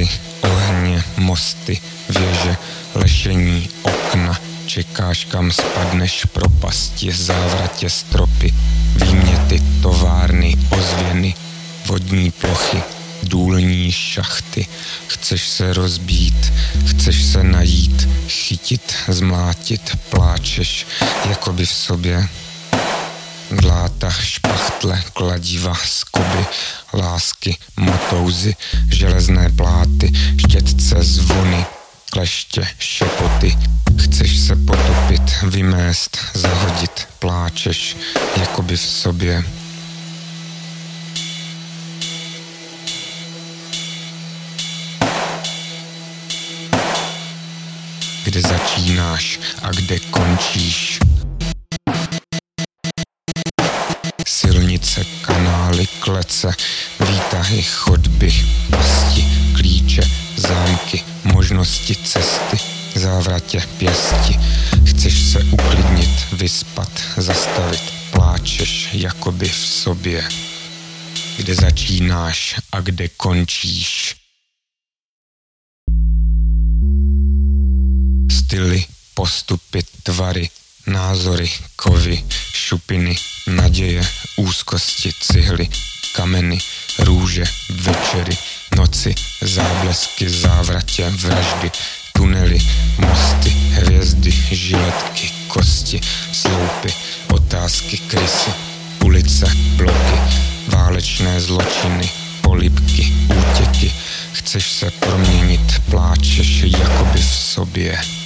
Hory, ohně, mosty, věže, lešení, okna. Čekáš, kam spadneš, propasti, závratě, stropy, výměty, továrny, ozvěny, vodní plochy, důlní šachty. Chceš se rozbít, chceš se najít, chytit, zmlátit, pláčeš, jakoby v sobě. Dláta, špachtle, kladiva, skoby, lásky, motouzy, železné pláty, štětce, zvony, kleště, šepoty. Chceš se potopit, vymést, zahodit, pláčeš, jakoby v sobě. Kde začínáš a kde končíš? Silnice, kanály, klece, výtahy, chodby, pasti, klíče, zámky, možnosti cesty, závratě, pěsti. Chceš se uklidnit, vyspat, zastavit, pláčeš, jakoby v sobě. Kde začínáš a kde končíš? Styly, postupy, tvary, názory, kovy, šupiny, naděje, úzkosti, cihly, kameny, růže, večery, noci, záblesky, závratě, vraždy, tunely, mosty, hvězdy, žiletky, kosti, sloupy, otázky, krysy, ulice, bloky, válečné zločiny, polibky, útěky. Chceš se proměnit, pláčeš, jakoby v sobě.